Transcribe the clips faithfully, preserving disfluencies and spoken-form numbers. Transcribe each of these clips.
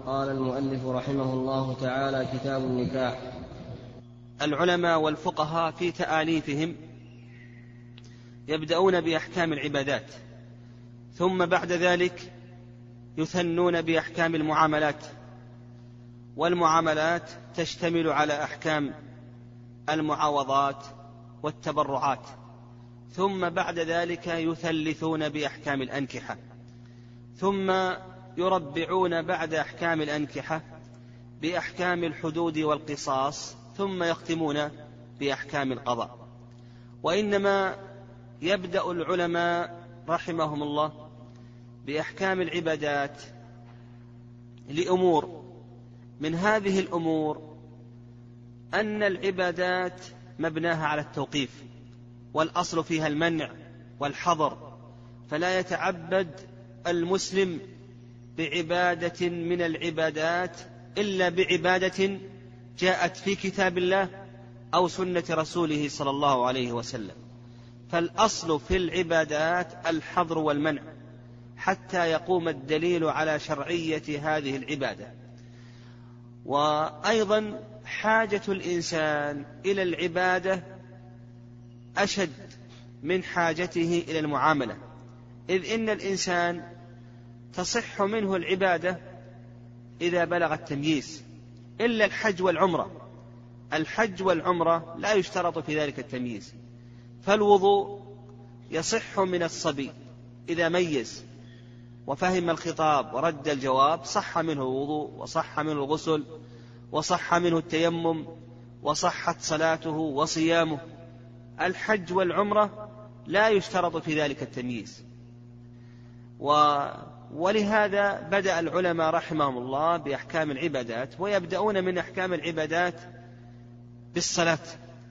قال المؤلف رحمه الله تعالى: كتاب النكاح. العلماء والفقهاء في تآليفهم يبدأون بأحكام العبادات، ثم بعد ذلك يثنون بأحكام المعاملات، والمعاملات تشتمل على أحكام المعاوضات والتبرعات، ثم بعد ذلك يثلثون بأحكام الأنكحة، ثم يربعون بعد أحكام الأنكحة بأحكام الحدود والقصاص، ثم يختمون بأحكام القضاء. وإنما يبدأ العلماء رحمهم الله بأحكام العبادات لأمور. من هذه الأمور أن العبادات مبناها على التوقيف، والأصل فيها المنع والحظر، فلا يتعبد المسلم بعبادة من العبادات إلا بعبادة جاءت في كتاب الله أو سنة رسوله صلى الله عليه وسلم. فالأصل في العبادات الحظر والمنع حتى يقوم الدليل على شرعية هذه العبادة. وأيضا حاجة الإنسان إلى العبادة أشد من حاجته إلى المعاملة، إذ إن الإنسان تصح منه العبادة إذا بلغ التمييز، إلا الحج والعمرة. الحج والعمرة لا يشترط في ذلك التمييز. فالوضوء يصح من الصبي إذا ميز وفهم الخطاب ورد الجواب، صح منه الوضوء وصح منه الغسل وصح منه التيمم وصحت صلاته وصيامه. الحج والعمرة لا يشترط في ذلك التمييز. و ولهذا بدأ العلماء رحمهم الله بأحكام العبادات، ويبدأون من أحكام العبادات بالصلاة،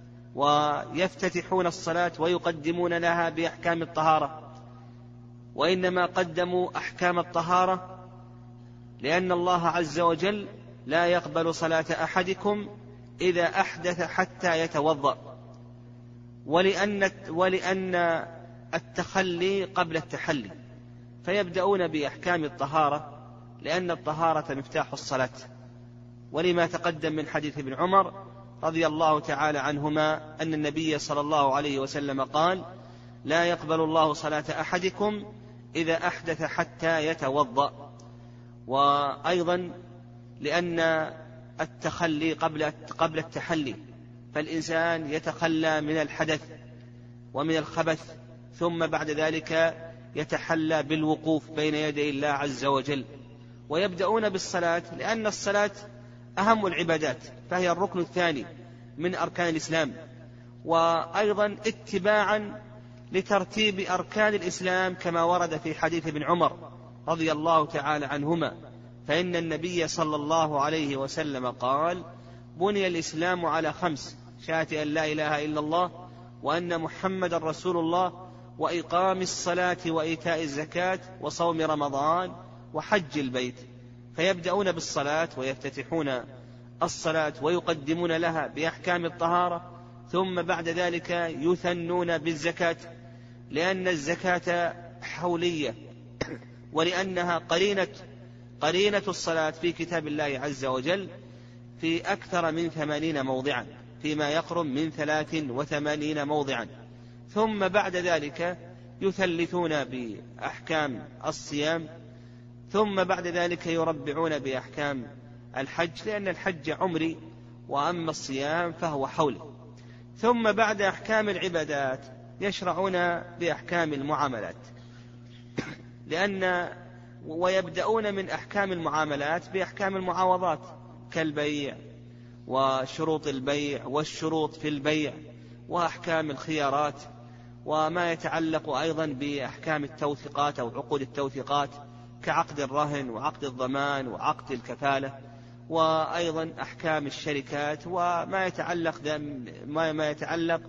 ويفتتحون الصلاة ويقدمون لها بأحكام الطهارة. وإنما قدموا أحكام الطهارة لأن الله عز وجل لا يقبل صلاة أحدكم إذا أحدث حتى يتوضأ، ولأن, ولأن التخلي قبل التحلي، فيبدأون بأحكام الطهارة لأن الطهارة مفتاح الصلاة، ولما تقدم من حديث ابن عمر رضي الله تعالى عنهما أن النبي صلى الله عليه وسلم قال: لا يقبل الله صلاة أحدكم إذا أحدث حتى يتوضأ. وأيضا لأن التخلي قبل قبل التحلي، فالإنسان يتخلى من الحدث ومن الخبث، ثم بعد ذلك يتحلى بالوقوف بين يدي الله عز وجل. ويبدأون بالصلاة لأن الصلاة أهم العبادات، فهي الركن الثاني من أركان الإسلام، وأيضا اتباعا لترتيب أركان الإسلام كما ورد في حديث ابن عمر رضي الله تعالى عنهما، فإن النبي صلى الله عليه وسلم قال: بني الإسلام على خمس: شهادة أن لا إله إلا الله وأن محمد رسول الله، وإقام الصلاة وإيتاء الزكاة وصوم رمضان وحج البيت. فيبدأون بالصلاة ويفتتحون الصلاة ويقدمون لها بأحكام الطهارة، ثم بعد ذلك يثنون بالزكاة لأن الزكاة حولية، ولأنها قرينة قرينة الصلاة في كتاب الله عز وجل في أكثر من ثمانين موضعا، فيما يقرب من ثلاث وثمانين موضعا. ثم بعد ذلك يثلثون بأحكام الصيام، ثم بعد ذلك يربعون بأحكام الحج لأن الحج عمري، وأما الصيام فهو حولي. ثم بعد أحكام العبادات يشرعون بأحكام المعاملات، لأن ويبدأون من أحكام المعاملات بأحكام المعاوضات كالبيع وشروط البيع والشروط في البيع وأحكام الخيارات، وما يتعلق أيضا بأحكام التوثيقات أو عقود التوثيقات كعقد الرهن وعقد الضمان وعقد الكفالة، وأيضا أحكام الشركات وما يتعلق ما يتعلق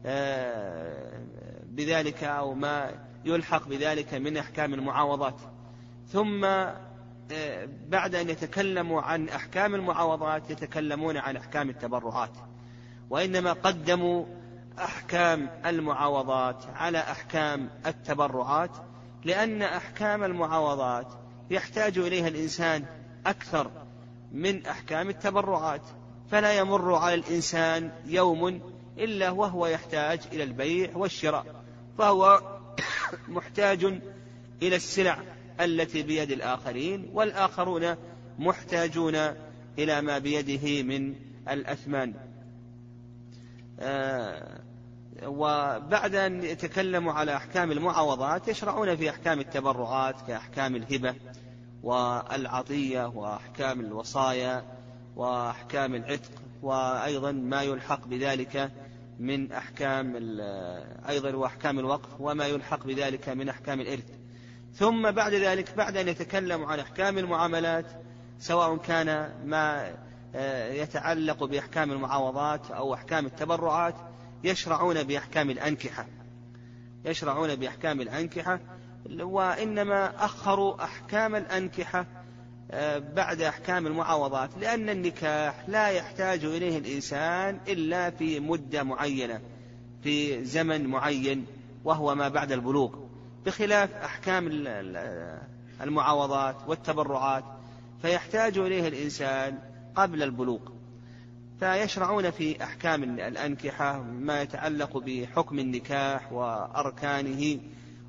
بذلك أو ما يلحق بذلك من أحكام المعاوضات. ثم بعد أن يتكلموا عن أحكام المعاوضات يتكلمون عن أحكام التبرعات، وإنما قدموا أحكام المعاوضات على أحكام التبرعات، لأن أحكام المعاوضات يحتاج إليها الإنسان أكثر من أحكام التبرعات، فلا يمر على الإنسان يوم إلا وهو يحتاج إلى البيع والشراء، فهو محتاج إلى السلع التي بيد الآخرين، والآخرون محتاجون إلى ما بيده من الأثمان. آه وبعد أن يتكلموا على أحكام المعاوضات يشرعون في أحكام التبرعات كأحكام الهبة والعطية وأحكام الوصايا وأحكام العتق، وأيضا ما يلحق بذلك من أحكام أيضا وأحكام الوقف وما يلحق بذلك من أحكام الإرث. ثم بعد ذلك بعد أن يتكلموا عن أحكام المعاملات سواء كان ما يتعلق بأحكام المعاوضات أو أحكام التبرعات يشرعون بأحكام الأنكحة يشرعون بأحكام الأنكحة وإنما أخروا أحكام الأنكحة بعد أحكام المعاوضات، لأن النكاح لا يحتاج إليه الإنسان إلا في مدة معينة في زمن معين وهو ما بعد البلوغ، بخلاف أحكام المعاوضات والتبرعات فيحتاج إليه الإنسان قبل البلوغ. فيشرعون في أحكام الأنكحة ما يتعلق بحكم النكاح وأركانه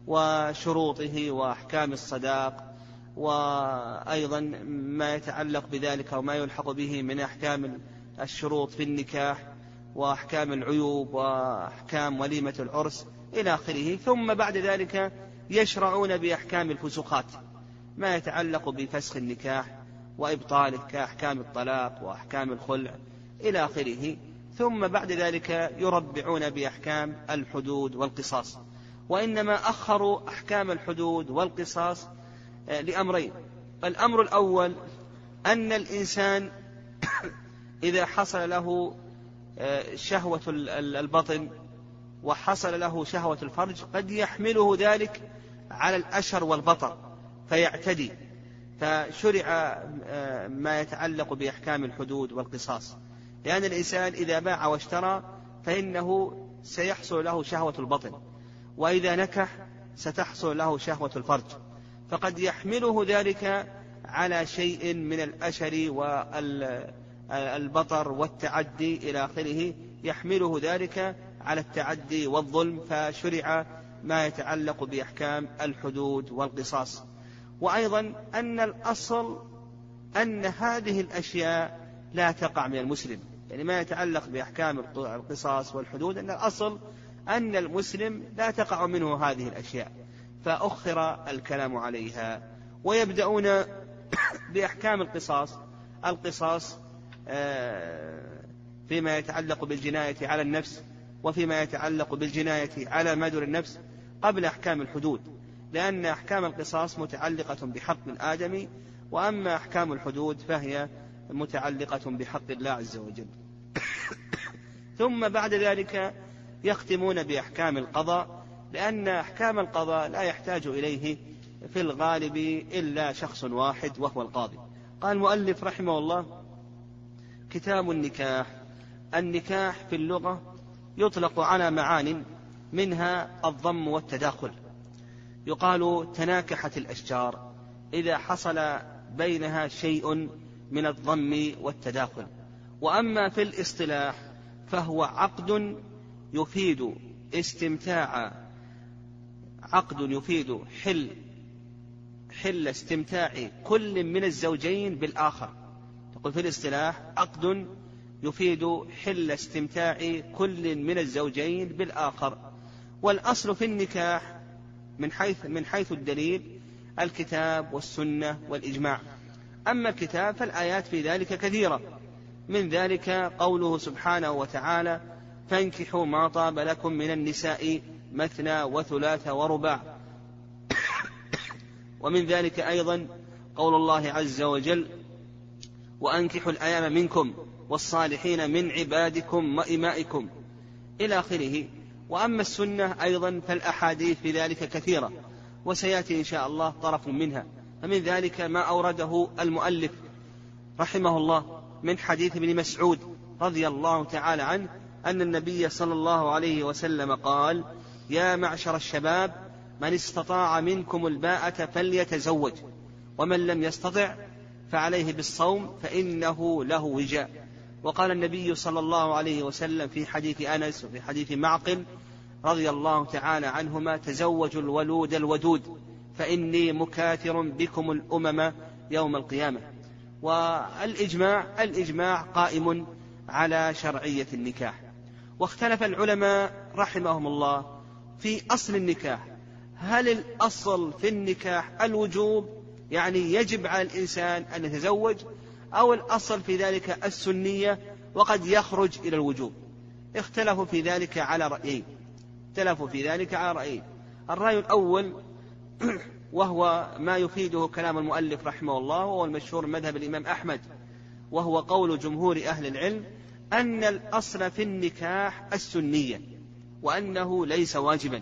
وشروطه وأحكام الصداق، وأيضا ما يتعلق بذلك وما يلحق به من أحكام الشروط في النكاح وأحكام العيوب وأحكام وليمة العرس إلى آخره. ثم بعد ذلك يشرعون بأحكام الفسوقات ما يتعلق بفسخ النكاح وإبطاله كأحكام الطلاق وأحكام الخلع إلى آخره. ثم بعد ذلك يربعون بأحكام الحدود والقصاص، وإنما أخروا أحكام الحدود والقصاص لأمرين. الأمر الأول أن الإنسان إذا حصل له شهوة البطن وحصل له شهوة الفرج قد يحمله ذلك على الأشر والبطر فيعتدي، فشرع ما يتعلق بأحكام الحدود والقصاص، لأن الإنسان إذا باع واشترى فإنه سيحصل له شهوة البطن، وإذا نكح ستحصل له شهوة الفرج، فقد يحمله ذلك على شيء من الأشر والبطر والتعدي إلى آخره، يحمله ذلك على التعدي والظلم، فشرع ما يتعلق بأحكام الحدود والقصاص. وأيضا أن الأصل أن هذه الأشياء لا تقع من المسلم، يعني ما يتعلق بأحكام القصاص والحدود أن الأصل أن المسلم لا تقع منه هذه الأشياء، فأخر الكلام عليها. ويبدأون بأحكام القصاص القصاص فيما يتعلق بالجناية على النفس وفيما يتعلق بالجناية على مدر النفس قبل أحكام الحدود، لأن أحكام القصاص متعلقة بحق الآدمي، وأما أحكام الحدود فهي متعلقة بحق الله عز وجل. ثم بعد ذلك يختمون بأحكام القضاء، لأن أحكام القضاء لا يحتاج إليه في الغالب إلا شخص واحد وهو القاضي. قال المؤلف رحمه الله: كتاب النكاح. النكاح في اللغة يطلق على معان، منها الضم والتداخل، يقال تناكحت الأشجار إذا حصل بينها شيء من الضم والتداخل. وأما في الاصطلاح فهو عقد يفيد استمتاع عقد يفيد حل حل استمتاع كل من الزوجين بالآخر. تقول في الاصطلاح عقد يفيد حل استمتاع كل من الزوجين بالآخر. والأصل في النكاح من حيث من حيث الدليل الكتاب والسنة والإجماع. أما الكتاب فالآيات في ذلك كثيرة، من ذلك قوله سبحانه وتعالى: فانكحوا ما طاب لكم من النساء مثنى وثلاث ورباع. ومن ذلك أيضا قول الله عز وجل: وأنكحوا الأيام منكم والصالحين من عبادكم وإمائكم إلى آخره. وأما السنة أيضا فالأحاديث في ذلك كثيرة، وسيأتي إن شاء الله طرف منها. فمن ذلك ما أورده المؤلف رحمه الله من حديث ابن مسعود رضي الله تعالى عنه أن النبي صلى الله عليه وسلم قال: يا معشر الشباب من استطاع منكم الباءة فليتزوج، ومن لم يستطع فعليه بالصوم فإنه له وجاء. وقال النبي صلى الله عليه وسلم في حديث أنس وفي حديث معقل رضي الله تعالى عنهما: تزوجوا الولود الودود فإني مكاثر بكم الأمم يوم القيامة. والإجماع الإجماع قائم على شرعية النكاح. واختلف العلماء رحمهم الله في أصل النكاح، هل الأصل في النكاح الوجوب يعني يجب على الإنسان أن يتزوج، أو الأصل في ذلك السنية وقد يخرج إلى الوجوب؟ اختلفوا في ذلك على رأيين اختلفوا في ذلك على رأيين الرأي الأول وهو ما يفيده كلام المؤلف رحمه الله، وهو المشهور مذهب الإمام أحمد، وهو قول جمهور أهل العلم أن الأصل في النكاح السنية، وأنه ليس واجبا،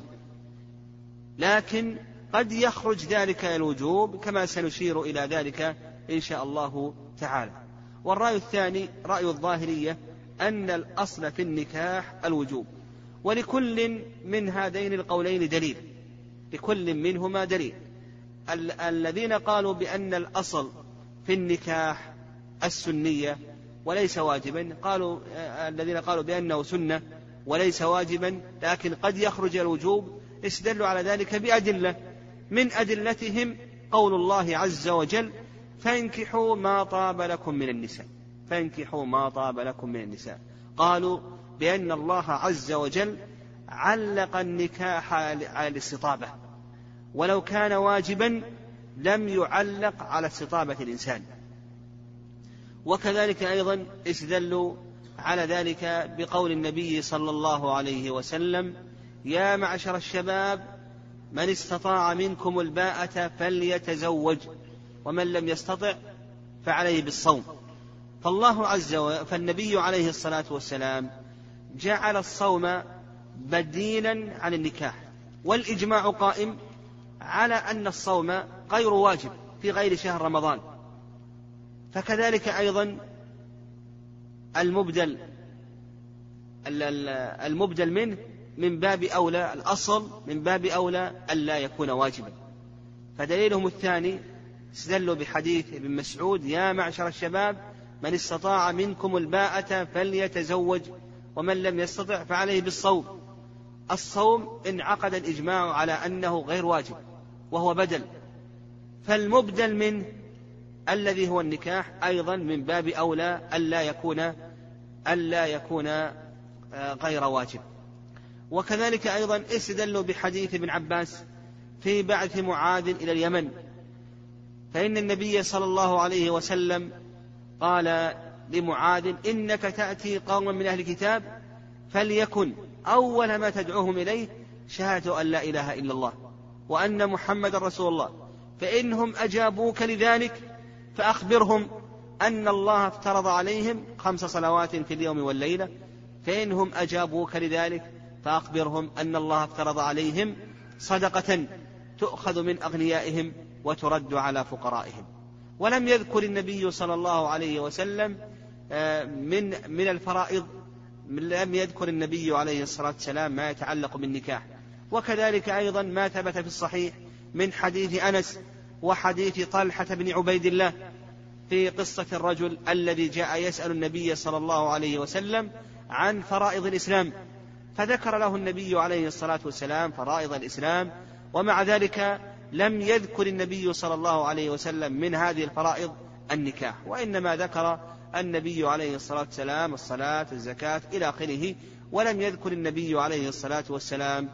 لكن قد يخرج ذلك إلى الوجوب كما سنشير إلى ذلك إن شاء الله تعالى. والرأي الثاني رأي الظاهرية أن الأصل في النكاح الوجوب، ولكل من هذين القولين دليل لكل منهما دليل. ال- الذين قالوا بأن الأصل في النكاح السنية وليس واجبا، قالوا الذين قالوا بأنه سنة وليس واجبا لكن قد يخرج إلى الوجوب، استدلوا على ذلك بأدلة، من أدلتهم قول الله عز وجل: فانكحوا ما طاب لكم من النساء فانكحوا ما طاب لكم من النساء. قالوا بأن الله عز وجل علق النكاح على الاستطابة، ولو كان واجبا لم يعلق على استطابة الإنسان. وكذلك أيضا استدلوا على ذلك بقول النبي صلى الله عليه وسلم: يا معشر الشباب من استطاع منكم الباءة فليتزوج ومن لم يستطع فعليه بالصوم. فالله عز وجل فالنبي عليه الصلاة والسلام جعل الصوم بديلا عن النكاح، والإجماع قائم على أن الصوم غير واجب في غير شهر رمضان. فكذلك أيضا المبدل المبدل منه من باب أولى، الأصل من باب أولى ألا يكون واجبا. فدليلهم الثاني استدلوا بحديث ابن مسعود: يا معشر الشباب من استطاع منكم الباءة فليتزوج ومن لم يستطع فعليه بالصوم. الصوم انعقد الإجماع على أنه غير واجب وهو بدل، فالمبدل منه الذي هو النكاح أيضا من باب أولى ألا يكون ألا يكون غير واجب. وكذلك أيضا استدلوا بحديث ابن عباس في بعث معاذ إلى اليمن، فإن النبي صلى الله عليه وسلم قال لمعاذ: إنك تأتي قوما من أهل الكتاب فليكن أول ما تدعوهم إليه شهادة أن لا إله إلا الله وأن محمد رسول الله، فإنهم أجابوك لذلك فأخبرهم أن الله افترض عليهم خمس صلوات في اليوم والليلة، فإنهم أجابوك لذلك فأخبرهم أن الله افترض عليهم صدقة تؤخذ من أغنيائهم وترد على فقرائهم. ولم يذكر النبي صلى الله عليه وسلم من من الفرائض لم يذكر النبي عليه الصلاة والسلام ما يتعلق بالنكاح. وكذلك أيضا ما ثبت في الصحيح من حديث أنس وحديث طلحة بن عبيد الله في قصة الرجل الذي جاء يسأل النبي صلى الله عليه وسلم عن فرائض الإسلام، فذكر له النبي عليه الصلاة والسلام فرائض الإسلام، ومع ذلك لم يذكر النبي صلى الله عليه وسلم من هذه الفرائض النكاح، وإنما ذكر النبي عليه الصلاة والسلام الصلاة الزكاة إلى آخره، ولم يذكر النبي عليه الصلاة والسلام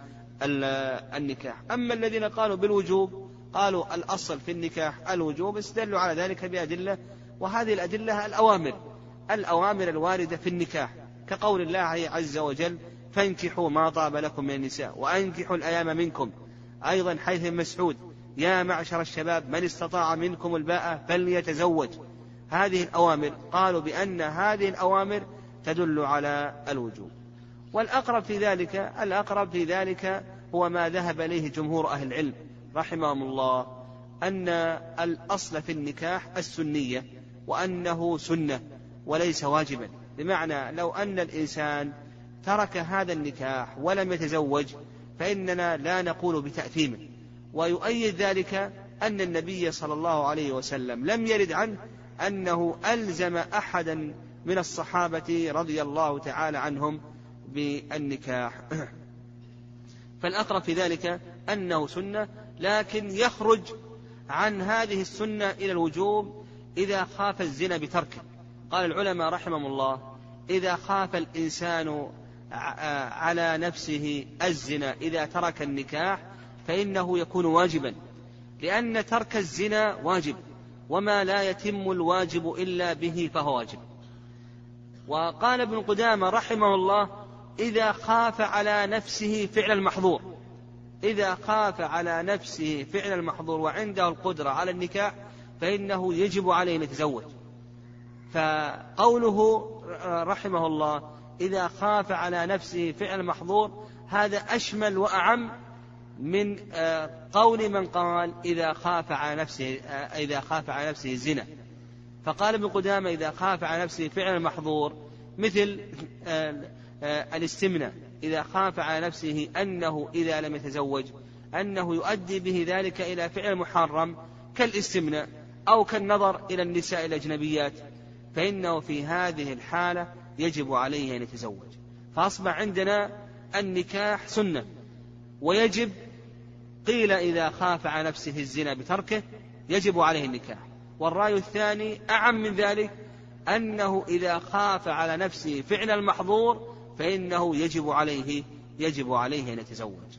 النكاح. أما الذين قالوا بالوجوب قالوا الأصل في النكاح الوجوب، استدلوا على ذلك بأدلة، وهذه الأدلة الأوامر الأوامر الواردة في النكاح، كقول الله عز وجل: فانكحوا ما طاب لكم من النساء وأنكحوا الأيام منكم. أيضا حيث مسعود: يا معشر الشباب من استطاع منكم الباءة فليتزوج. هذه الأوامر قالوا بأن هذه الأوامر تدل على الوجوب. والأقرب في ذلك الأقرب في ذلك هو ما ذهب إليه جمهور أهل العلم رحمهم الله، أن الأصل في النكاح السنية، وأنه سنة وليس واجبا. بمعنى لو أن الإنسان ترك هذا النكاح ولم يتزوج فإننا لا نقول بتأثيمه. ويؤيد ذلك أن النبي صلى الله عليه وسلم لم يرد عنه أنه ألزم أحدا من الصحابة رضي الله تعالى عنهم بالنكاح. فالأقرب في ذلك أنه سنة، لكن يخرج عن هذه السنة إلى الوجوب إذا خاف الزنا بتركه. قال العلماء رحمهم الله: إذا خاف الإنسان على نفسه الزنا إذا ترك النكاح فإنه يكون واجبا، لأن ترك الزنا واجب، وما لا يتم الواجب إلا به فهو واجب. وقال ابن قدامة رحمه الله: إذا خاف على نفسه فعل المحظور، إذا خاف على نفسه فعل المحظور وعنده القدرة على النكاح فإنه يجب عليه أن يتزوج. فقوله رحمه الله إذا خاف على نفسه فعل المحظور هذا أشمل وأعم من قول من قال إذا خاف على نفسه إذا خاف على نفسه الزنا. فقال ابن قدامة إذا خاف على نفسه فعل المحظور مثل الاستمناء، إذا خاف على نفسه أنه إذا لم يتزوج أنه يؤدي به ذلك إلى فعل محرم كالاستمناء أو كالنظر إلى النساء الأجنبيات، فإنه في هذه الحالة يجب عليه أن يتزوج. فأصبح عندنا النكاح سنة ويجب. قيل إذا خاف على نفسه الزنا بتركه يجب عليه النكاح. والرأي الثاني أعم من ذلك، أنه إذا خاف على نفسه فعل المحظور فإنه يجب عليه يجب عليه أن يتزوج.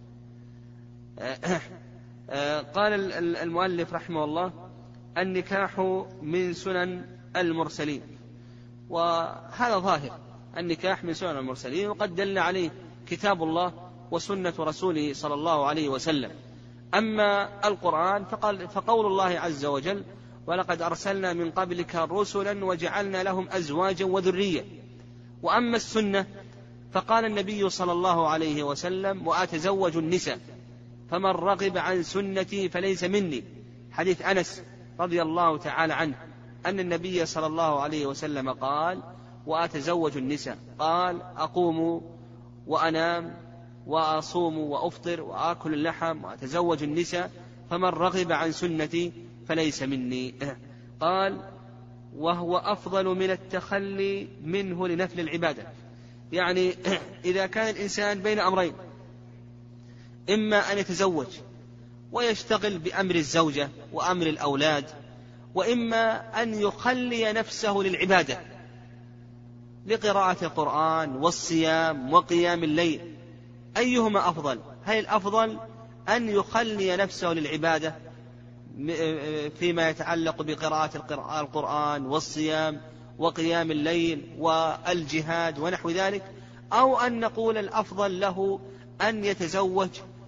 قال المؤلف رحمه الله: النكاح من سنن المرسلين. وهذا ظاهر، النكاح من سنن المرسلين، وقد دل عليه كتاب الله وسنة رسوله صلى الله عليه وسلم. أما القرآن فقال فقول الله عز وجل: ولقد أرسلنا من قبلك رسلا وجعلنا لهم أزواجا وذرية. وأما السنة فقال النبي صلى الله عليه وسلم: وأتزوج النساء فمن رغب عن سنتي فليس مني. حديث أنس رضي الله تعالى عنه أن النبي صلى الله عليه وسلم قال: وأتزوج النساء، قال: أقوم وأنام وأصوم وأفطر وآكل اللحم وأتزوج النساء فمن رغب عن سنتي فليس مني. قال: وهو أفضل من التخلي منه لنفل العبادة. يعني إذا كان الإنسان بين أمرين، إما أن يتزوج ويشتغل بأمر الزوجة وأمر الأولاد، وإما أن يخلي نفسه للعبادة لقراءة القرآن والصيام وقيام الليل، أيهما أفضل؟ هل الأفضل أن يخلي نفسه للعبادة فيما يتعلق بقراءة القرآن والصيام وقيام الليل والجهاد ونحو ذلك، أو أن نقول الأفضل له أن يتزوج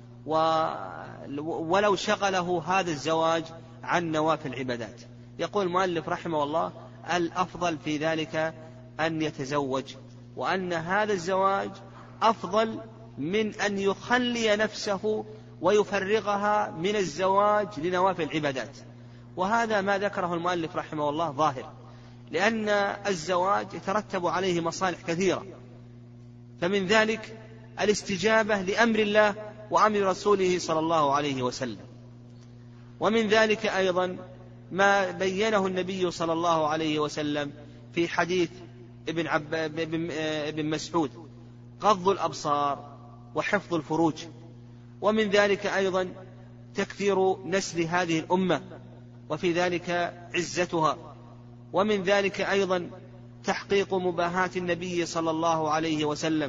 ولو شغله هذا الزواج عن نوافل العبادات؟ يقول المؤلف رحمه الله: الأفضل في ذلك أن يتزوج، وأن هذا الزواج أفضل من أن يخلي نفسه ويفرغها من الزواج لنوافل العبادات. وهذا ما ذكره المؤلف رحمه الله ظاهر، لأن الزواج يترتب عليه مصالح كثيرة، فمن ذلك الاستجابة لأمر الله وأمر رسوله صلى الله عليه وسلم. ومن ذلك أيضا ما بينه النبي صلى الله عليه وسلم في حديث ابن, عب... ابن مسعود: غض الأبصار وحفظ الفروج. ومن ذلك أيضا تكثير نسل هذه الأمة وفي ذلك عزتها. ومن ذلك أيضا تحقيق مباهات النبي صلى الله عليه وسلم،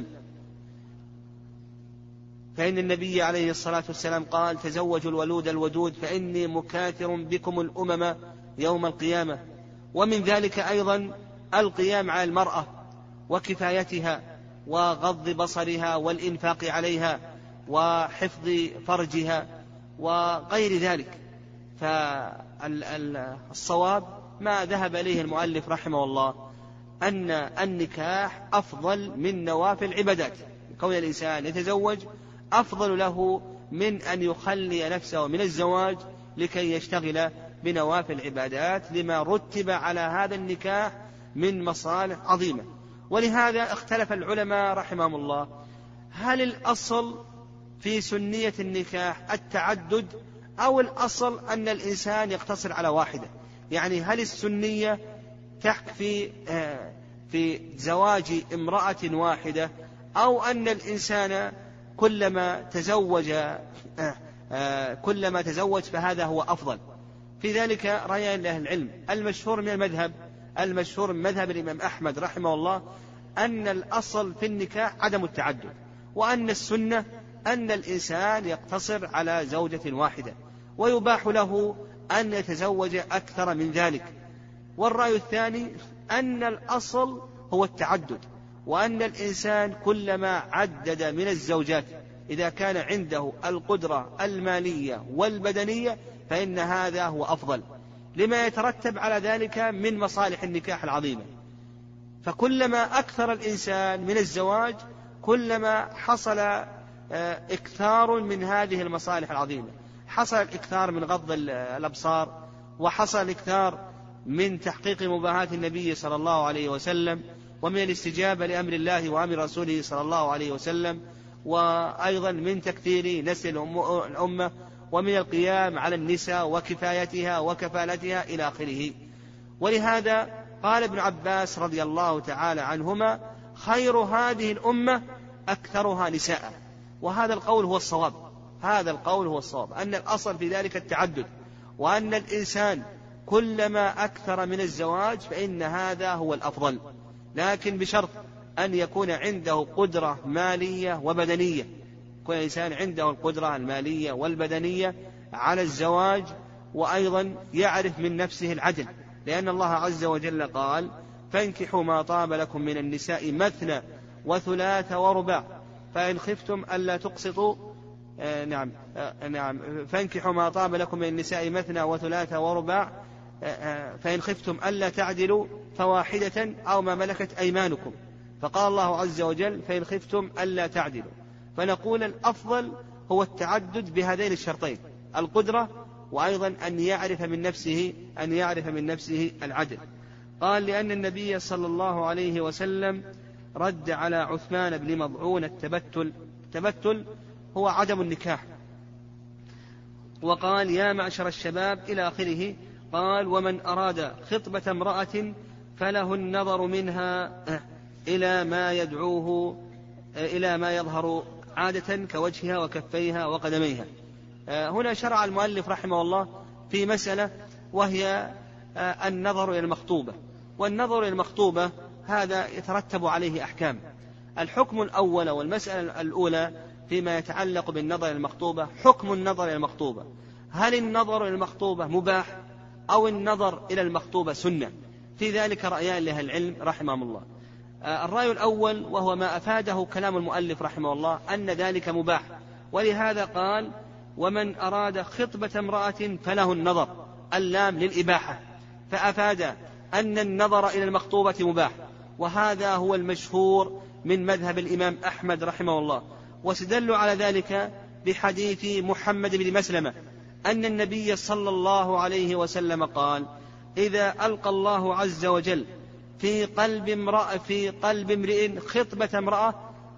فإن النبي عليه الصلاة والسلام قال: تزوجوا الولود الودود فإني مكاثر بكم الأمم يوم القيامة. ومن ذلك أيضا القيام على المرأة وكفايتها وغض بصرها والإنفاق عليها وحفظ فرجها وغير ذلك. فالصواب ما ذهب إليه المؤلف رحمه الله أن النكاح أفضل من نوافل العبادات، كون الإنسان يتزوج أفضل له من أن يخلي نفسه من الزواج لكي يشتغل بنوافل العبادات، لما رتب على هذا النكاح من مصالح عظيمة. ولهذا اختلف العلماء رحمهم الله: هل الأصل في سنية النكاح التعدد، أو الأصل أن الإنسان يقتصر على واحدة؟ يعني هل السنية تكفي في زواج امرأة واحدة، أو أن الإنسان كلما تزوج كلما تزوج فهذا هو أفضل؟ في ذلك رأيان لأهل العلم. المشهور من المذهب المشهور من مذهب الإمام أحمد رحمه الله أن الأصل في النكاح عدم التعدد، وأن السنة أن الإنسان يقتصر على زوجة واحدة، ويباح له أن يتزوج أكثر من ذلك. والرأي الثاني أن الأصل هو التعدد، وأن الإنسان كلما عدد من الزوجات إذا كان عنده القدرة المالية والبدنية فإن هذا هو أفضل، لما يترتب على ذلك من مصالح النكاح العظيمة. فكلما أكثر الإنسان من الزواج كلما حصل إكثار من هذه المصالح العظيمة، حصل الإكثار من غض الأبصار، وحصل الإكثار من تحقيق مباهات النبي صلى الله عليه وسلم، ومن الاستجابة لأمر الله وأمر رسوله صلى الله عليه وسلم، وأيضا من تكثير نسل الأمة، ومن القيام على النساء وكفايتها وكفالتها إلى آخره. ولهذا قال ابن عباس رضي الله تعالى عنهما: خير هذه الأمة أكثرها نساء. وهذا القول هو الصواب، هذا القول هو الصواب، أن الأصل في ذلك التعدد، وأن الإنسان كلما أكثر من الزواج فإن هذا هو الأفضل، لكن بشرط أن يكون عنده قدرة مالية وبدنية، يكون الإنسان عنده القدرة المالية والبدنية على الزواج، وأيضا يعرف من نفسه العدل، لأن الله عز وجل قال: فانكحوا ما طاب لكم من النساء مثنى وثلاث ورباع فإن خفتم ألا تقسطوا آه نعم آه نعم فانكحوا ما طاب لكم من النساء مثنى وثلاث ورباع آه آه فإن خفتم ألا تعدلوا فواحدة أو ما ملكت أيمانكم. فقال الله عز وجل: فإن خفتم ألا تعدلوا. فنقول الأفضل هو التعدد بهذين الشرطين، القدرة، وأيضا أن يعرف من نفسه أن يعرف من نفسه العدل. قال: لأن النبي صلى الله عليه وسلم رد على عثمان بن مضعون التبتل، التبتل هو عدم النكاح، وقال: يا معشر الشباب إلى آخره. قال: ومن أراد خطبة امرأة فله النظر منها إلى ما يدعوه إلى ما يظهر عادة كوجهها وكفيها وقدميها. هنا شرع المؤلف رحمه الله في مسألة، وهي النظر إلى المخطوبة. والنظر إلى المخطوبة هذا يترتب عليه أحكام. الحكم الأول والمسألة الأولى فيما يتعلق بالنظر إلى المخطوبة: حكم النظر إلى المخطوبة، هل النظر إلى المخطوبة مباح أو النظر إلى المخطوبة سنة؟ في ذلك رأيان لأهل العلم رحمهم الله. الرأي الأول وهو ما أفاده كلام المؤلف رحمه الله أن ذلك مباح، ولهذا قال: ومن أراد خطبة امرأة فله النظر، اللام للإباحة، فأفاد أن النظر إلى المخطوبة مباح. وهذا هو المشهور من مذهب الإمام أحمد رحمه الله. واستدلوا على ذلك بحديث محمد بن مسلمة أن النبي صلى الله عليه وسلم قال: إذا ألقى الله عز وجل في قلب امرأة في قلب امرئ خطبة امرأة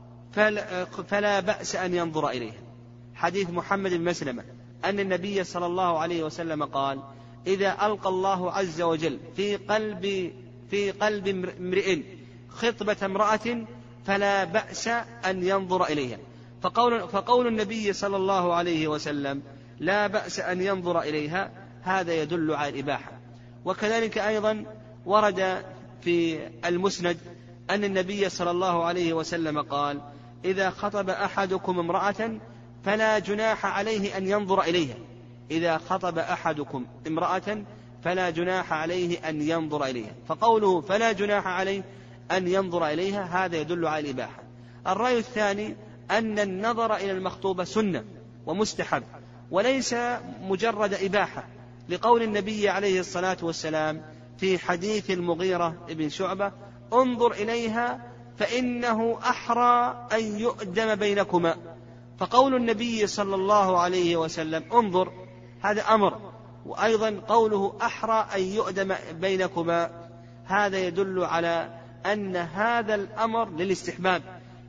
فلا بأس أن ينظر إليها. حديث محمد بن مسلمة أن النبي صلى الله عليه وسلم قال: إذا ألقى الله عز وجل في قلب في قلب امرئ خطبة امرأة فلا بأس أن ينظر إليها. فقول, فقول النبي صلى الله عليه وسلم لا بأس أن ينظر إليها هذا يدل على الإباحة. وكذلك أيضا ورد في المسند أن النبي صلى الله عليه وسلم قال: إذا خطب أحدكم امرأة فلا جناح عليه أن ينظر إليها. إذا خطب أحدكم امرأة فلا جناح عليه أن ينظر إليها. فقوله فلا جناح عليه أن ينظر إليها هذا يدل على الإباحة. الرأي الثاني أن النظر إلى المخطوبة سنة ومستحب وليس مجرد إباحة، لقول النبي عليه الصلاة والسلام في حديث المغيرة بن شعبة: انظر إليها فإنه أحرى أن يؤدم بينكما. فقول النبي صلى الله عليه وسلم انظر هذا أمر، وأيضا قوله أحرى أن يؤدم بينكما هذا يدل على أن هذا الأمر للاستحباب،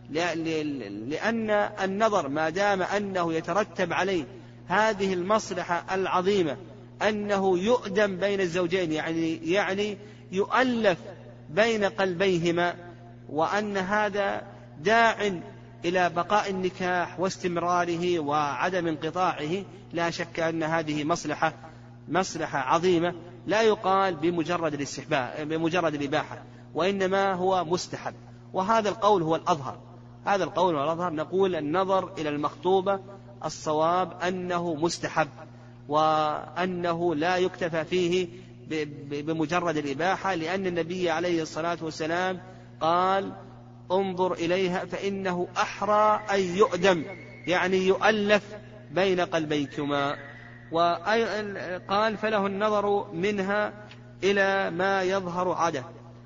لأن النظر ما دام أنه يترتب عليه هذه المصلحة العظيمة أنه يؤدم بين الزوجين، يعني يعني يؤلف بين قلبيهما، وأن هذا داع إلى بقاء النكاح واستمراره وعدم انقطاعه، لا شك أن هذه مصلحة مصلحة عظيمة لا يقال بمجرد الاستحباب بمجرد الإباحة، وإنما هو مستحب. وهذا القول هو الأظهر هذا القول هو الأظهر نقول النظر إلى المخطوبة الصواب أنه مستحب، وأنه لا يكتفى فيه بمجرد الإباحة، لأن النبي عليه الصلاة والسلام قال انظر إليها فإنه أحرى أن يؤدم، يعني يؤلف بين قلبيكما. وقال فله النظر منها إلى ما يظهر عادة.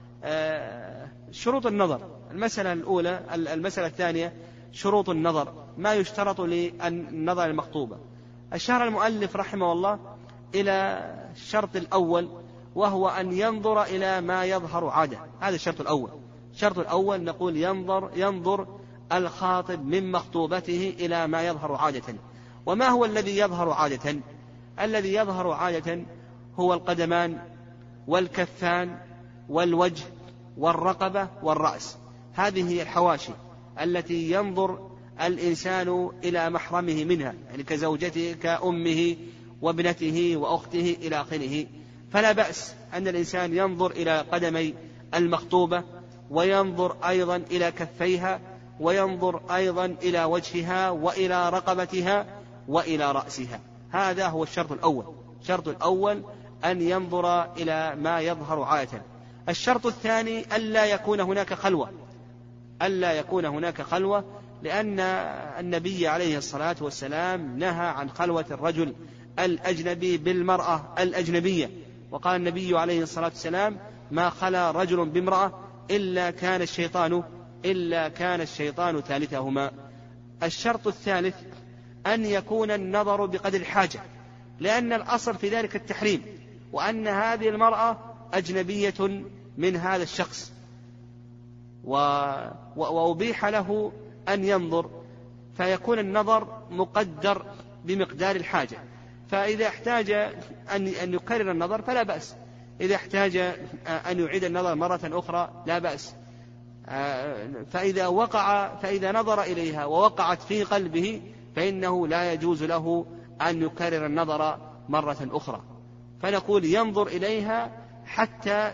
شروط النظر، المسألة الأولى. المسألة الثانية شروط النظر، ما يشترط للنظر المخطوبة. أشار المؤلف رحمه الله إلى الشرط الأول، وهو أن ينظر إلى ما يظهر عادة. هذا الشرط الأول. الشرط الأول نقول ينظر ينظر الخاطب من مخطوبته إلى ما يظهر عادة. وما هو الذي يظهر عادة؟ الذي يظهر عادة هو القدمان والكفان والوجه والرقبة والرأس. هذه هي الحواشي التي ينظر الإنسان إلى محرمه منها، يعني كزوجته كأمه وابنته وأخته إلى آخره. فلا بأس أن الإنسان ينظر إلى قدمي المخطوبة، وينظر أيضا إلى كفيها، وينظر أيضا إلى وجهها وإلى رقبتها وإلى رأسها. هذا هو الشرط الأول. الشرط الأول أن ينظر إلى ما يظهر عادة. الشرط الثاني ألا يكون هناك خلوة ألا يكون هناك خلوة لأن النبي عليه الصلاة والسلام نهى عن خلوة الرجل الأجنبي بالمرأة الأجنبية، وقال النبي عليه الصلاة والسلام ما خلا رجل بامرأة إلا كان الشيطان إلا كان الشيطان ثالثهما. الشرط الثالث أن يكون النظر بقدر الحاجة، لأن الأصل في ذلك التحريم، وأن هذه المرأة أجنبية من هذا الشخص، و... وأبيح له أن ينظر، فيكون النظر مقدر بمقدار الحاجة. فإذا احتاج أن أن يكرر النظر فلا بأس، إذا احتاج أن يعيد النظر مرة أخرى لا بأس. فإذا وقع فإذا نظر إليها ووقعت في قلبه فإنه لا يجوز له أن يكرر النظر مرة أخرى. فنقول ينظر إليها حتى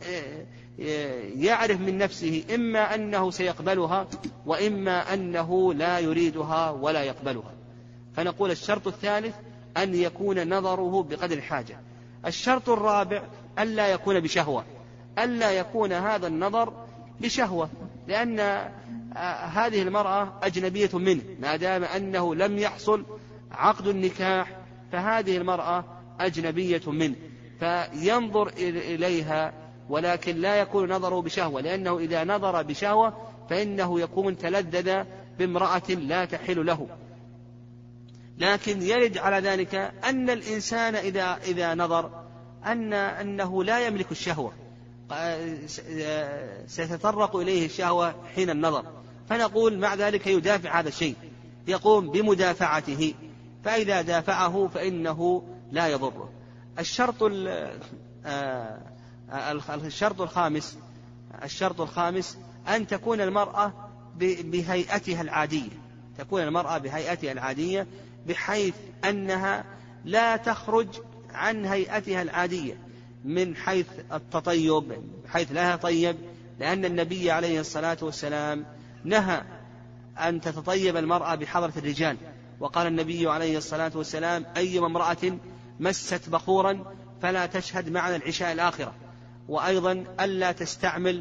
يعرف من نفسه إما أنه سيقبلها وإما أنه لا يريدها ولا يقبلها. فنقول الشرط الثالث أن يكون نظره بقدر الحاجة. الشرط الرابع ألا يكون بشهوة ألا يكون هذا النظر بشهوة، لأن هذه المرأة أجنبية منه ما دام أنه لم يحصل عقد النكاح، فهذه المرأة أجنبية منه، فينظر إليها ولكن لا يكون نظره بشهوة، لأنه إذا نظر بشهوة فإنه يكون تلذذ بامرأة لا تحل له. لكن يرد على ذلك أن الإنسان إذا, إذا نظر أن أنه لا يملك الشهوة، ستتطرق إليه الشهوة حين النظر، فنقول مع ذلك يدافع هذا الشيء، يقوم بمدافعته، فإذا دافعه فإنه لا يضره. الشرط الشرط الخامس الشرط الخامس أن تكون المرأة بهيئتها العادية تكون المرأة بهيئتها العادية بحيث أنها لا تخرج عن هيئتها العادية من حيث التطيب، بحيث لا تطيب، لأن النبي عليه الصلاة والسلام نهى أن تتطيب المرأة بحضرة الرجال، وقال النبي عليه الصلاة والسلام أيما امرأة مست بخورا فلا تشهد معنا العشاء الآخرة. وأيضا ألا تستعمل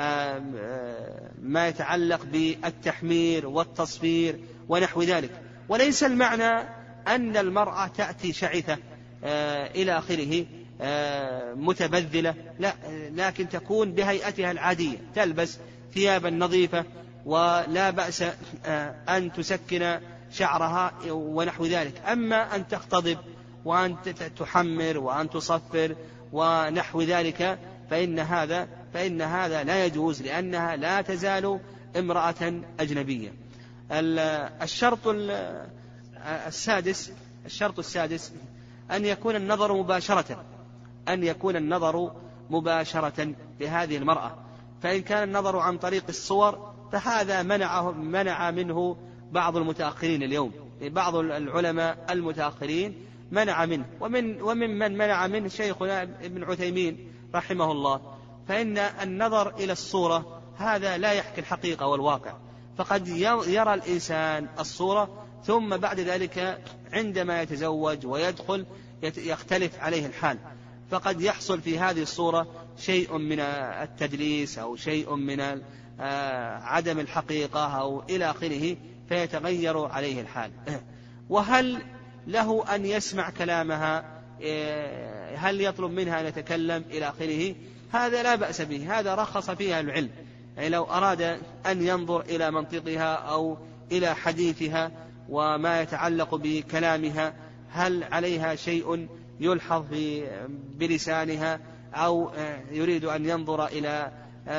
ما يتعلق بالتحمير والتصفير ونحو ذلك. وليس المعنى أن المرأة تأتي شعثة إلى آخره متبذلة، لا، لكن تكون بهيئتها العادية، تلبس ثيابا نظيفة ولا بأس أن تسكن شعرها ونحو ذلك. أما أن تختضب وأن تحمر وأن تصفر ونحو ذلك فإن هذا فإن هذا لا يجوز، لأنها لا تزال امرأة أجنبية. الشرط السادس الشرط السادس أن يكون النظر مباشرة أن يكون النظر مباشرة لهذه المرأة. فإن كان النظر عن طريق الصور فهذا منعه منع منه بعض المتأخرين اليوم، بعض العلماء المتأخرين منع منه، ومن ومن من منع منه شيخنا ابن عثيمين رحمه الله. فإن النظر إلى الصورة هذا لا يحكي الحقيقة والواقع، فقد يرى الإنسان الصورة ثم بعد ذلك عندما يتزوج ويدخل يختلف عليه الحال، فقد يحصل في هذه الصورة شيء من التدليس أو شيء من عدم الحقيقة أو إلى آخره، فيتغير عليه الحال. وهل له أن يسمع كلامها؟ هل يطلب منها أن يتكلم إلى آخره؟ هذا لا بأس به، هذا رخص فيها العلم. يعني لو أراد أن ينظر إلى منطقها أو إلى حديثها وما يتعلق بكلامها، هل عليها شيء يلحظ بلسانها أو يريد أن ينظر إلى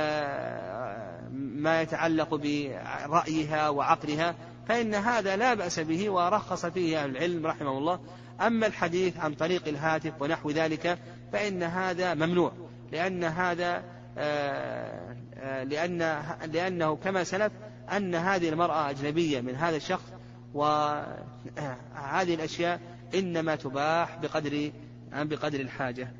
ما يتعلق برأيها وعقلها، فإن هذا لا بأس به ورخص فيه العلم رحمه الله. أما الحديث عن طريق الهاتف ونحو ذلك فإن هذا ممنوع، لأن هذا لأن لأنه كما سلف أن هذه المرأة أجنبية من هذا الشخص، وهذه الأشياء إنما تباح بقدر بقدر الحاجة.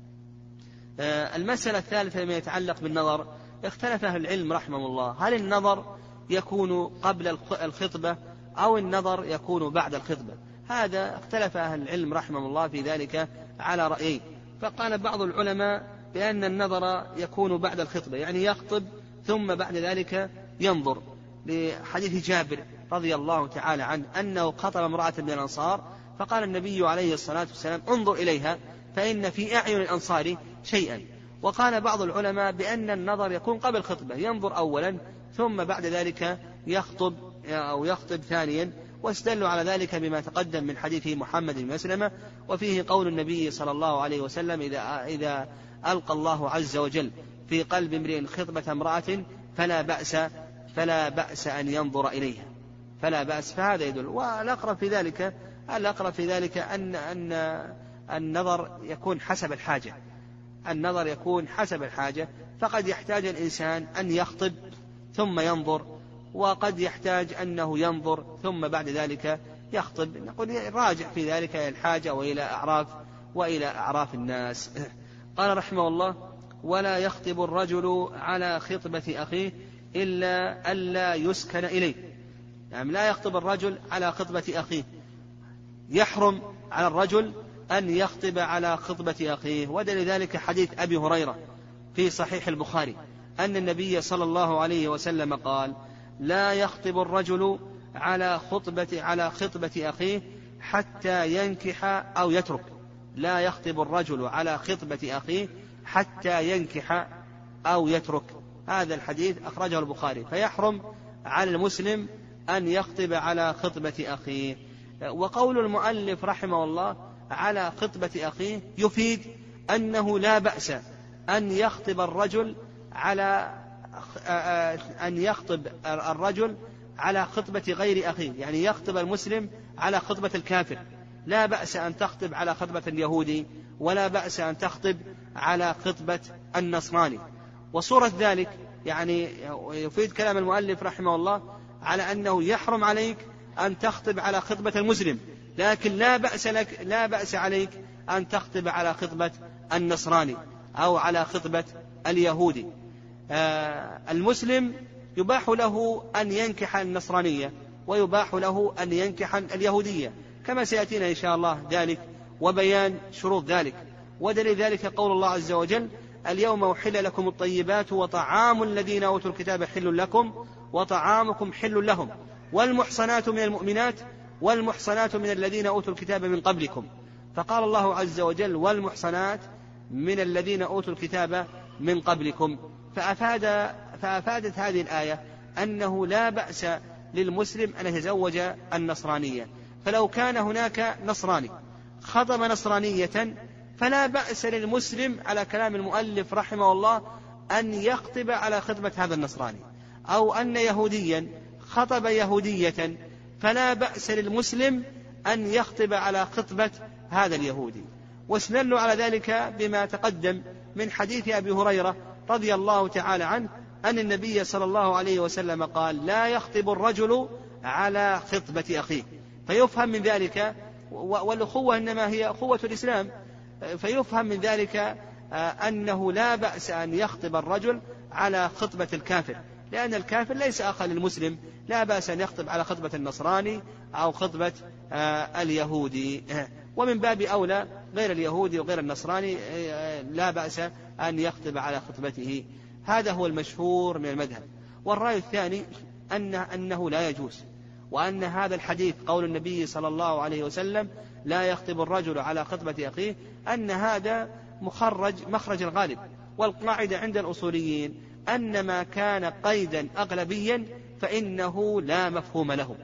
المسألة الثالثة فيما يتعلق بالنظر، اختلف أهل العلم رحمه الله هل النظر يكون قبل الخطبة أو النظر يكون بعد الخطبة. هذا اختلف أهل العلم رحمه الله في ذلك على رأيين. فقال بعض العلماء بأن النظر يكون بعد الخطبة، يعني يخطب ثم بعد ذلك ينظر، لحديث جابر رضي الله تعالى عنه أنه خطب امرأة من الأنصار فقال النبي عليه الصلاة والسلام انظر إليها فإن في أعين الأنصار شيئا. وقال بعض العلماء بأن النظر يكون قبل الخطبة، ينظر أولا ثم بعد ذلك يخطب أو يخطب ثانيا، واستدلوا على ذلك بما تقدم من حديث محمد بن مسلمة، وفيه قول النبي صلى الله عليه وسلم إذا, إذا ألقى الله عز وجل في قلب امرئ خطبة امرأة فلا بأس فلا بأس أن ينظر إليها، فلا بأس. فهذا يدل. والأقرب في ذلك الأقرب في ذلك أن أن النظر يكون حسب الحاجة، النظر يكون حسب الحاجة، فقد يحتاج الإنسان أن يخطب ثم ينظر، وقد يحتاج أنه ينظر ثم بعد ذلك يخطب. نقول راجع في ذلك إلى الحاجة وإلى أعراف وإلى أعراف الناس. قال رحمه الله ولا يخطب الرجل على خطبة أخيه إلا ألا يسكن إليه، يعني لا يخطب الرجل على خطبة أخيه، يحرم على الرجل أن يخطب على خطبة أخيه. ودليل ذلك حديث أبي هريرة في صحيح البخاري أن النبي صلى الله عليه وسلم قال لا يخطب الرجل على خطبة على خطبة أخيه حتى ينكح أو يترك، لا يخطب الرجل على خطبة أخيه حتى ينكح أو يترك. هذا الحديث أخرجه البخاري. فيحرم على المسلم أن يخطب على خطبة أخيه. وقول المؤلف رحمه الله على خطبة أخيه يفيد أنه لا بأس أن يخطب الرجل على أن يخطب الرجل على خطبة غير أخيه، يعني يخطب المسلم على خطبة الكافر، لا بأس أن تخطب على خطبة اليهودي، ولا بأس أن تخطب على خطبة النصراني. وصورة ذلك يعني يفيد كلام المؤلف رحمه الله على أنه يحرم عليك أن تخطب على خطبة المسلم، لكن لا بأس لك لا بأس عليك أن تخطب على خطبة النصراني أو على خطبة اليهودي. آه المسلم يباح له أن ينكح النصرانية ويباح له أن ينكح اليهودية، كما سيأتينا إن شاء الله ذلك وبيان شروط ذلك. ودليل ذلك قول الله عز وجل اليوم أحل لكم الطيبات وطعام الذين أوتوا الكتاب حل لكم وطعامكم حل لهم والمحصنات من المؤمنات والمحصنات من الذين أوتوا الكتاب من قبلكم. فقال الله عز وجل والمحصنات من الذين أوتوا الكتاب من قبلكم. فأفاد فأفادت هذه الآية أنه لا بأس للمسلم أن يتزوج النصرانية. فلو كان هناك نصراني خطب نصرانية فلا بأس للمسلم على كلام المؤلف رحمه الله أن يخطب على خطبة هذا النصراني، أو أن يهوديا خطب يهودية فلا بأس للمسلم أن يخطب على خطبة هذا اليهودي. واستدلوا على ذلك بما تقدم من حديث أبي هريرة رضي الله تعالى عنه أن النبي صلى الله عليه وسلم قال: لا يخطب الرجل على خطبة أخيه. فيفهم من ذلك، والأخوة إنما هي أخوة الإسلام، فيفهم من ذلك أنه لا بأس أن يخطب الرجل على خطبة الكافر، لأن الكافر ليس أخا للمسلم، لا بأس أن يخطب على خطبة النصراني أو خطبة اليهودي. ومن باب أولى غير اليهودي وغير النصراني لا بأس أن يخطب على خطبته. هذا هو المشهور من المذهب. والرأي الثاني أن أنه لا يجوز، وأن هذا الحديث قول النبي صلى الله عليه وسلم: لا يخطب الرجل على خطبة أخيه، أن هذا مخرج مخرج الغالب. والقاعدة عند الأصوليين أن ما كان قيدا أغلبيا فإنه لا مفهوم له،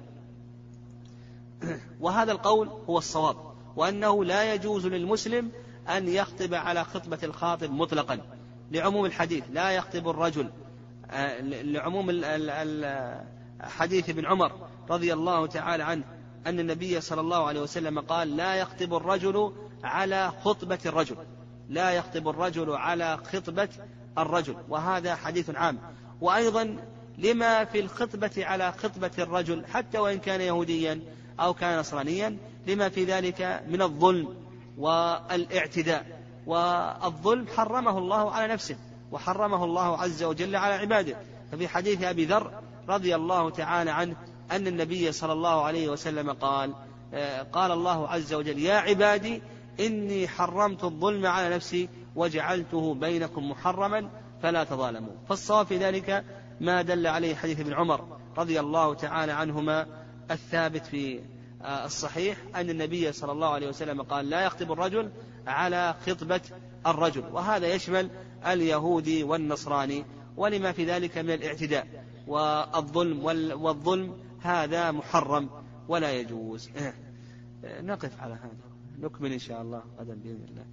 وهذا القول هو الصواب، وأنه لا يجوز للمسلم أن يخطب على خطبة الخاطب مطلقا، لعموم الحديث: لا يخطب الرجل، لعموم حديث ابن عمر رضي الله تعالى عنه أن النبي صلى الله عليه وسلم قال: لا يخطب الرجل على خطبة الرجل، لا يخطب الرجل على خطبة الرجل، وهذا حديث عام. وأيضا لما في الخطبة على خطبة الرجل حتى وإن كان يهوديا أو كان نصرانيا، لما في ذلك من الظلم والاعتداء. والظلم حرمه الله على نفسه، وحرمه الله عز وجل على عباده. ففي حديث أبي ذر رضي الله تعالى عنه أن النبي صلى الله عليه وسلم قال: قال الله عز وجل: يا عبادي إني حرمت الظلم على نفسي وجعلته بينكم محرما فلا تظالموا. فالصواب في ذلك ما دل عليه حديث ابن عمر رضي الله تعالى عنهما الثابت في الصحيح أن النبي صلى الله عليه وسلم قال: لا يخطب الرجل على خطبة الرجل، وهذا يشمل اليهودي والنصراني، ولما في ذلك من الاعتداء والظلم، والظلم هذا محرم ولا يجوز. نقف على هذا، نكمل إن شاء الله غدا بإذن الله.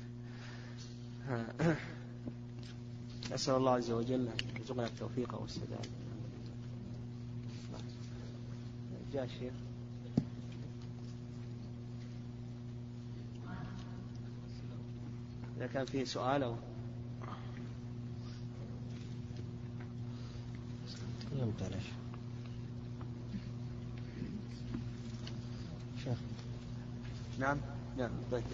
أسأل الله عز وجل أن يرزقنا التوفيق والسداد. جاء الشيخ. إذا كان فيه سؤال أو شيخ. نعم نعم طيب.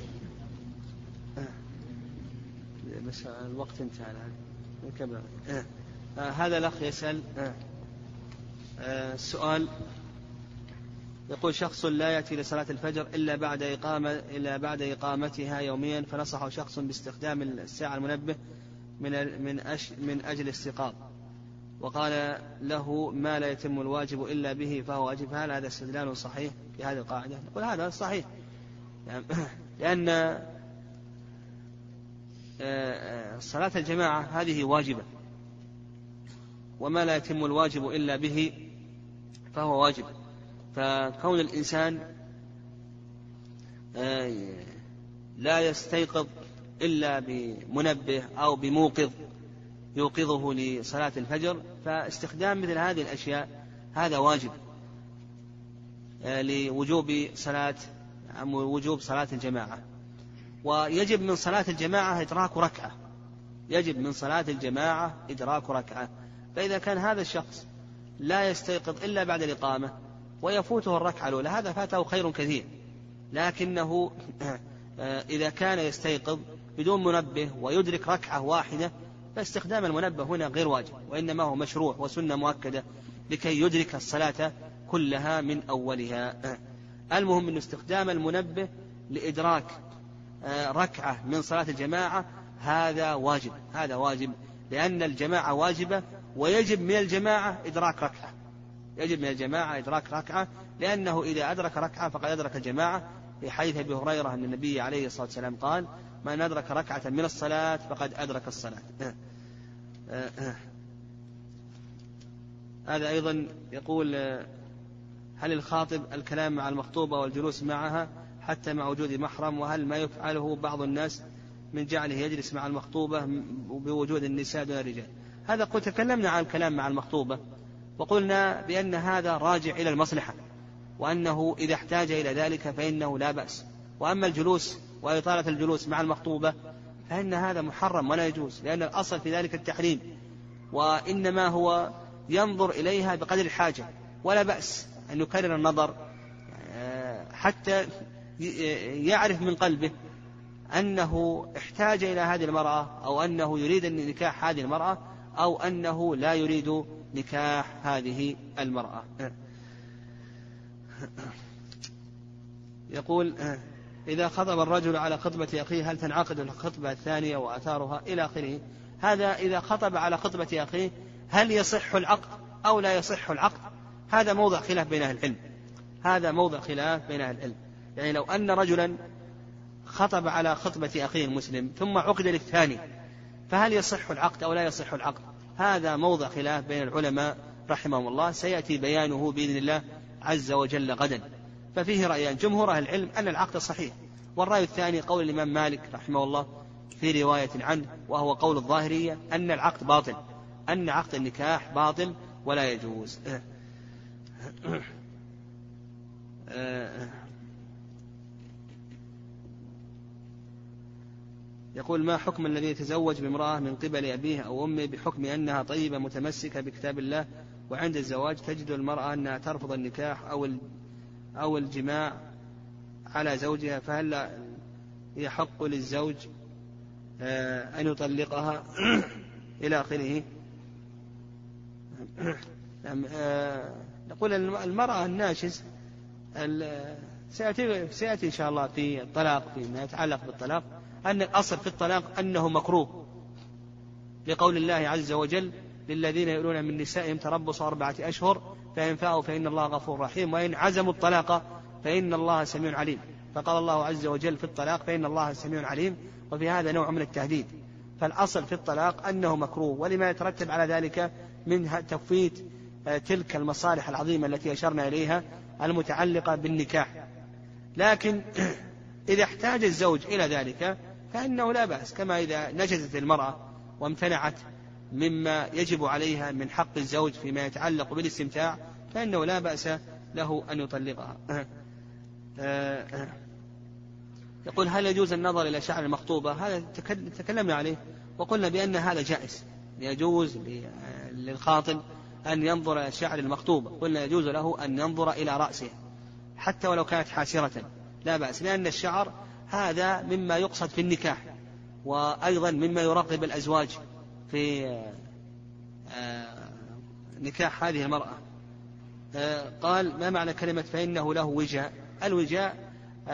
بس الوقت انتهى الآن. نكمل. آه هذا الأخ يسأل آه آه السؤال، يقول: شخص لا يأتي لصلاة الفجر إلا بعد إقامة إلا بعد إقامتها يوميا، فنصحه شخص باستخدام الساعة المنبه من من أش من أجل الاستيقاظ، وقال له: ما لا يتم الواجب إلا به فهو واجب. هل هذا استدلال صحيح في هذه القاعدة؟ نقول هذا صحيح، لأن صلاة الجماعة هذه واجبة، وما لا يتم الواجب إلا به فهو واجب. فكون الإنسان لا يستيقظ إلا بمنبه أو بموقظ يوقظه لصلاة الفجر، فاستخدام مثل هذه الأشياء هذا واجب لوجوب صلاة وجوب صلاة الجماعة. ويجب من صلاة الجماعة إدراك ركعة، يجب من صلاة الجماعة إدراك ركعة. فإذا كان هذا الشخص لا يستيقظ إلا بعد الإقامة ويفوته الركعة الأولى، هذا فاته خير كثير. لكنه إذا كان يستيقظ بدون منبه ويدرك ركعة واحدة، فاستخدام المنبه هنا غير واجب، وإنما هو مشروع وسنة مؤكدة لكي يدرك الصلاة كلها من أولها. المهم أن استخدام المنبه لإدراك ركعة من صلاة الجماعة هذا واجب، هذا واجب لأن الجماعة واجبة، ويجب من الجماعة إدراك ركعة، يجب من الجماعة إدراك ركعة، لأنه إذا أدرك ركعة فقد أدرك الجماعة، في حديث أبي هريرة أن النبي عليه الصلاة والسلام قال: من أدرك ركعة من الصلاة فقد أدرك الصلاة. هذا أيضا يقول: هل الخاطب الكلام مع المخطوبة والجلوس معها حتى مع وجود محرم؟ وهل ما يفعله بعض الناس من جعله يجلس مع المخطوبة بوجود النساء دون الرجال؟ هذا قد تكلمنا عن الكلام مع المخطوبة، وقلنا بأن هذا راجع إلى المصلحة، وأنه إذا احتاج إلى ذلك فإنه لا بأس، وأما الجلوس وإطالة الجلوس مع المخطوبة فإن هذا محرم ولا يجوز، لأن الأصل في ذلك التحريم، وإنما هو ينظر إليها بقدر الحاجة، ولا بأس أن يكرر النظر حتى يعرف من قلبه أنه احتاج إلى هذه المرأة، أو أنه يريد نكاح هذه المرأة، أو أنه لا يريد نكاح هذه المرأة. يقول: إذا خطب الرجل على خطبة أخيه هل تنعقد الخطبة الثانية وآثارها إلى آخره. هذا إذا خطب على خطبة أخيه هل يصح العقد أو لا يصح العقد، هذا موضع خلاف بين أهل العلم. هذا موضع خلاف بين أهل العلم. يعني لو أن رجلا خطب على خطبة أخيه المسلم ثم عقد للثاني، فهل يصح العقد أو لا يصح العقد، هذا موضع خلاف بين العلماء رحمهم الله، سيأتي بيانه بإذن الله عز وجل غدا. ففيه رأيان: جمهور أهل العلم أن العقد صحيح، والرأي الثاني قول الإمام مالك رحمه الله في رواية عنه، وهو قول الظاهرية، أن العقد باطل، أن عقد النكاح باطل ولا يجوز. يقول: ما حكم الذي يتزوج بامرأة من قبل أبيه أو أمه بحكم أنها طيبة متمسكة بكتاب الله، وعند الزواج تجد المرأة أنها ترفض النكاح أو أو الجماع على زوجها، فهل يحق للزوج أن يطلقها إلى آخره؟ نقول المرأة الناشز سيأتي, سيأتي إن شاء الله في الطلاق فيما يتعلق بالطلاق أن الأصل في الطلاق أنه مكروه، لقول الله عز وجل: للذين يؤلون من نسائهم تربص أربعة أشهر فإن فاءوا فإن الله غفور رحيم، وإن عزموا الطلاق فإن الله سميع عليم. فقال الله عز وجل في الطلاق: فإن الله سميع عليم، وفي هذا نوع من التهديد. فالأصل في الطلاق أنه مكروه، ولما يترتب على ذلك من تفويت تلك المصالح العظيمة التي أشرنا إليها المتعلقة بالنكاح. لكن إذا احتاج الزوج إلى ذلك فإنه لا بأس، كما إذا نجزت المرأة وامتنعت مما يجب عليها من حق الزوج فيما يتعلق بالاستمتاع، فإنه لا بأس له أن يطلقها. يقول: هل يجوز النظر إلى شعر المخطوبة؟ هذا تكلمنا عليه وقلنا بأن هذا جائز، يجوز للخاطب أن ينظر إلى شعر المخطوبة، قلنا يجوز له أن ينظر إلى رأسه حتى ولو كانت حاسرة، لا بأس، لأن الشعر هذا مما يقصد في النكاح، وأيضا مما يرغب الأزواج في نكاح هذه المرأة. قال: ما معنى كلمة فإنه له وجاء؟ الوجاء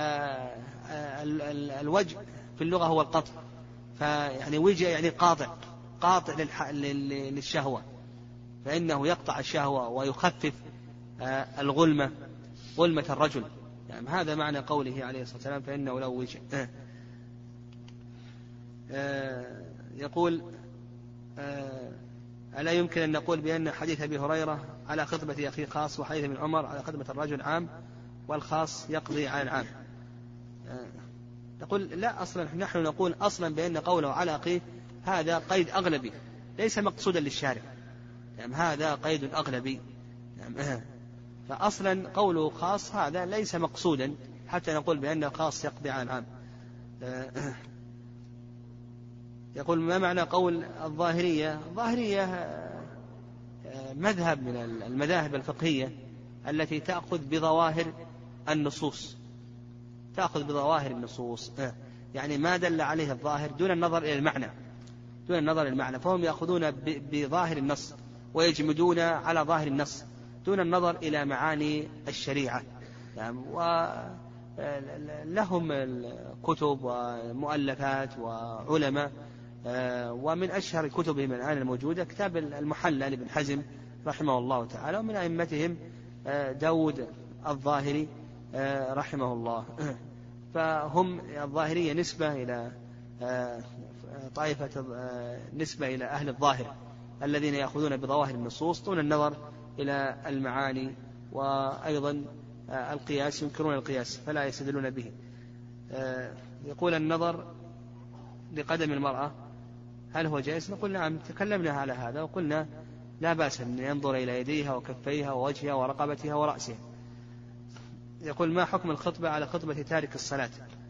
الوجه في اللغة هو القطع، فيعني وجاء يعني قاطع، قاطع للشهوة، فإنه يقطع الشهوة ويخفف الغلمة، غلمة الرجل، يعني هذا معنى قوله عليه الصلاة والسلام فإنه له وجاء. يقول: ألا يمكن أن نقول بأن حديث أبي هريرة على خطبة أخي خاص، وحديث ابن عمر على خطبة الرجل عام، والخاص يقضي على العام؟ نقول لا، أصلا نحن نقول أصلا بأن قوله على أخيه هذا قيد أغلبي ليس مقصودا للشارع، يعني هذا قيد أغلبي، يعني فأصلا قوله خاص هذا ليس مقصودا حتى نقول بأن الخاص يقضي على العام. يقول: ما معنى قول الظاهرية؟ الظاهرية مذهب من المذاهب الفقهية التي تأخذ بظواهر النصوص، تأخذ بظواهر النصوص، يعني ما دل عليه الظاهر دون النظر إلى المعنى، دون النظر إلى المعنى، فهم يأخذون بظاهر النص ويجمدون على ظاهر النص دون النظر إلى معاني الشريعة، يعني ولهم كتب ومؤلفات وعلماء، ومن أشهر كتبهم الآن الموجودة كتاب المحلى لابن حزم رحمه الله تعالى، ومن أئمتهم داود الظاهري رحمه الله. فهم الظاهرية نسبة إلى طائفة، نسبة إلى أهل الظاهر الذين يأخذون بظواهر النصوص دون النظر إلى المعاني، وأيضا القياس ينكرون القياس فلا يستدلون به. يقول: النظر لقدم المرأة هل هو جائز؟ نقول نعم، تكلمنا على هذا وقلنا لا بأس أن ينظر إلى يديها وكفيها ووجهها ورقبتها ورأسها. يقول: ما حكم الخطبة على خطبة تارك الصلاة؟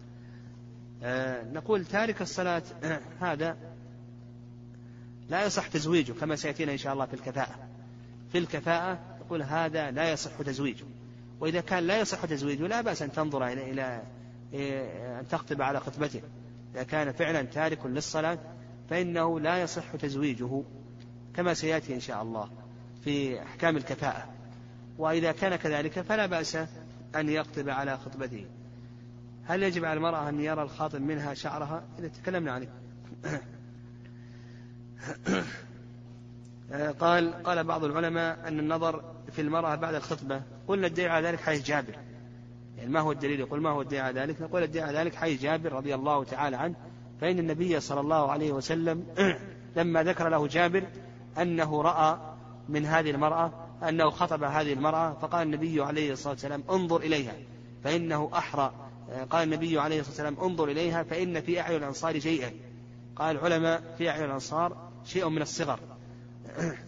نقول تارك الصلاة هذا لا يصح تزويجه كما سيأتينا إن شاء الله في الكفاءة. في الكفاءة نقول هذا لا يصح تزويجه، وإذا كان لا يصح تزويجه لا بأس أن تنظر إلى أن تخطب على خطبته. إذا كان فعلا تارك للصلاة فإنه لا يصح تزويجه كما سيأتي إن شاء الله في أحكام الكفاءة. وإذا كان كذلك فلا بأس أن يخطب على خطبته. هل يجب على المرأة أن يرى الخاطب منها شعرها؟ إذا تكلمنا عنه. قال قال بعض العلماء أن النظر في المرأة بعد الخطبة، قلنا الدليل على ذلك حديث جابر. يعني ما هو الدليل؟ يقول ما هو الدليل على ذلك؟ نقول الدليل على ذلك حديث جابر رضي الله تعالى عنه، فإن النبي صلى الله عليه وسلم لما ذكر له جابر أنه رأى من هذه المرأة أنه خطب هذه المرأة، فقال النبي عليه الصلاة والسلام انظر إليها فإنه أحرى. قال النبي عليه الصلاة والسلام انظر إليها فإن في أعين الأنصار شيئا. قال العلماء في أعين الأنصار شيء من الصغر،